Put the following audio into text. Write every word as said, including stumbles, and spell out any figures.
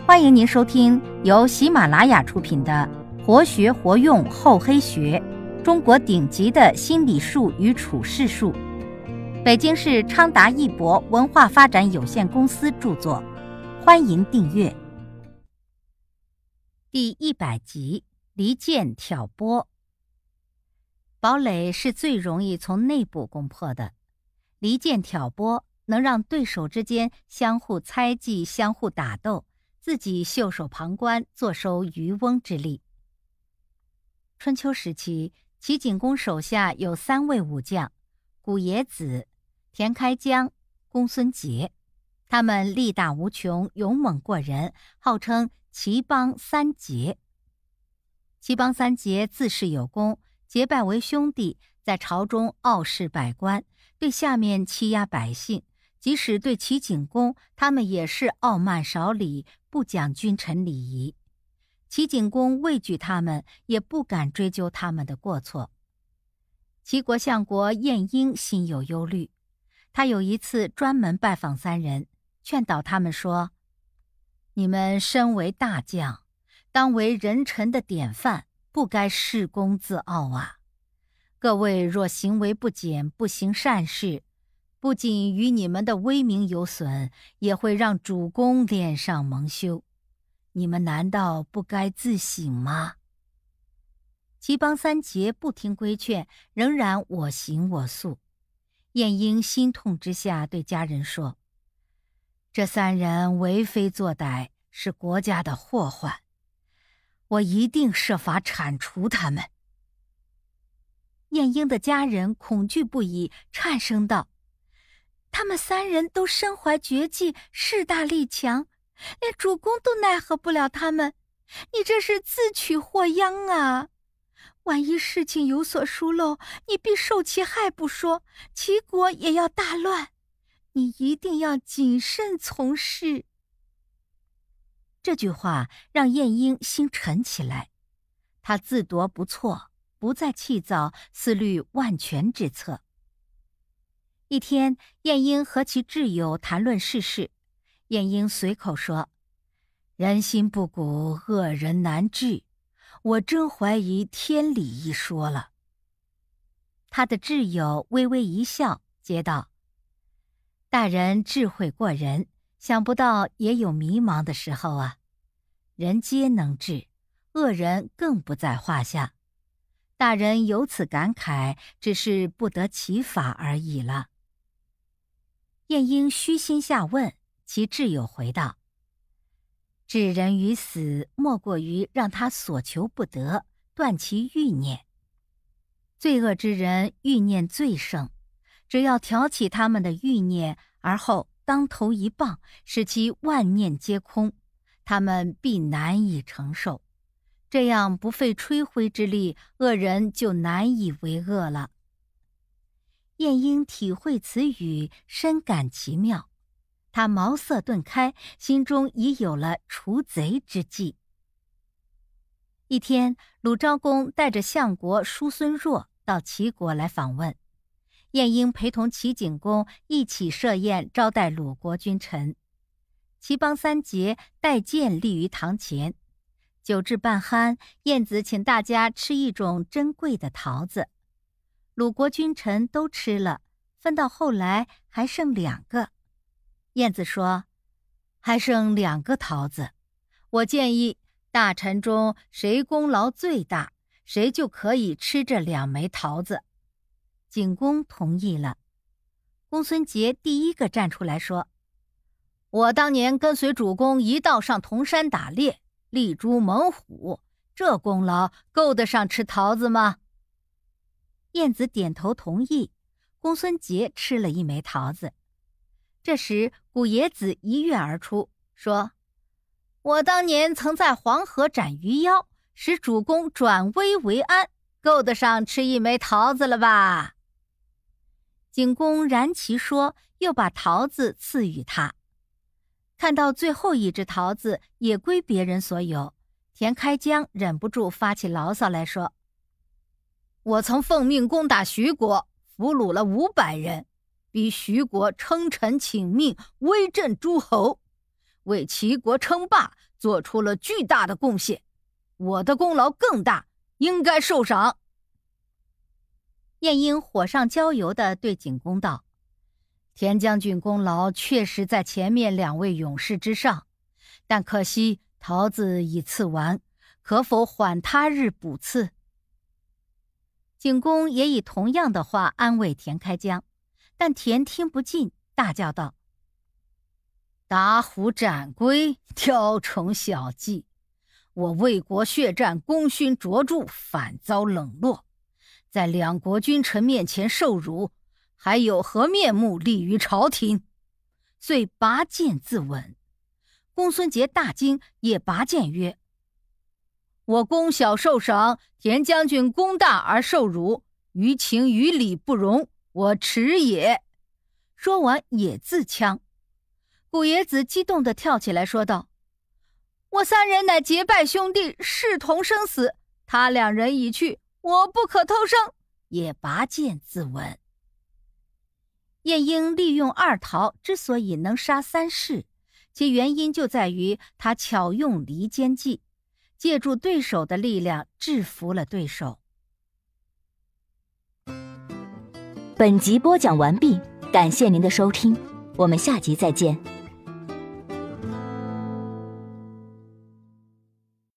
欢迎您收听由喜马拉雅出品的《活学活用厚黑学：中国顶级的心理术与处世术》，北京市昌达一博文化发展有限公司著作。欢迎订阅。第一百集：离间挑拨。堡垒是最容易从内部攻破的，离间挑拨能让对手之间相互猜忌、相互打斗，自己袖手旁观，坐收渔翁之利。春秋时期，齐景公手下有三位武将：古冶子、田开疆、公孙捷。他们力大无穷，勇猛过人，号称齐邦三杰。齐邦三杰自恃有功，结拜为兄弟，在朝中傲视百官，对下面欺压百姓。即使对齐景公，他们也是傲慢少礼，不讲君臣礼仪。齐景公畏惧他们，也不敢追究他们的过错。齐国相国晏婴心有忧虑，他有一次专门拜访三人，劝导他们说：你们身为大将，当为人臣的典范，不该恃功自傲啊！各位若行为不检，不行善事，不仅与你们的威名有损，也会让主公脸上蒙羞。你们难道不该自省吗？齐邦三杰不听规劝，仍然我行我素。晏婴心痛之下对家人说：这三人为非作歹，是国家的祸患，我一定设法铲除他们。晏婴的家人恐惧不已，颤声道：他们三人都身怀绝技，势大力强，连主公都奈何不了他们，你这是自取祸殃啊！万一事情有所疏漏，你必受其害不说，齐国也要大乱，你一定要谨慎从事。这句话让晏婴心沉起来，他自夺不错，不再气躁，思虑万全之策。一天，晏婴和其挚友谈论世事，晏婴随口说：人心不古，恶人难治，我真怀疑天理一说了。他的挚友微微一笑，接道：大人智慧过人，想不到也有迷茫的时候啊。人皆能治，恶人更不在话下。大人有此感慨，只是不得其法而已了。晏婴虚心下问，其挚友回道：置人于死，莫过于让他所求不得，断其欲念。罪恶之人欲念最盛，只要挑起他们的欲念，而后当头一棒，使其万念皆空，他们必难以承受。这样不费吹灰之力，恶人就难以为恶了。晏婴体会此语，深感其妙，他茅塞顿开，心中已有了除贼之计。一天，鲁昭公带着相国叔孙弱到齐国来访问，晏婴陪同齐景公一起设宴招待鲁国君臣。齐邦三杰带剑立于堂前，酒至半酣，晏子请大家吃一种珍贵的桃子。鲁国君臣都吃了，分到后来还剩两个。晏子说：还剩两个桃子，我建议大臣中谁功劳最大，谁就可以吃这两枚桃子。景公同意了。公孙捷第一个站出来说：我当年跟随主公一道上铜山打猎，立诛猛虎，这功劳够得上吃桃子吗？晏子点头同意，公孙捷吃了一枚桃子。这时古冶子一跃而出，说：我当年曾在黄河斩鱼妖，使主公转危为安，够得上吃一枚桃子了吧？景公然其说，又把桃子赐予他。看到最后一只桃子也归别人所有，田开疆忍不住发起牢骚来说：我曾奉命攻打徐国，俘虏了五百人，逼徐国称臣请命，威震诸侯。 为齐国称霸做出了巨大的贡献，我的功劳更大，应该受赏。” 晏婴火上浇油地对景公道：“田将军功劳确实在前面两位勇士之上，但可惜桃子已赐完，可否缓他日补赐？”景公也以同样的话安慰田开疆，但田听不进，大叫道：“打虎斩龟，雕虫小技！我为国血战，功勋卓著，反遭冷落，在两国君臣面前受辱，还有何面目立于朝廷？”遂拔剑自刎。公孙捷大惊，也拔剑曰：“我功小受赏，田将军功大而受辱，于情于理不容，我耻也。”说完也自戕。古冶子激动地跳起来说道：“我三人乃结拜兄弟，视同生死，他两人已去，我不可偷生。”也拔剑自刎。晏婴利用二桃之所以能杀三士，其原因就在于他巧用离间计，借助对手的力量制服了对手。 本集播讲完毕，感谢您的收听，我们下集再见。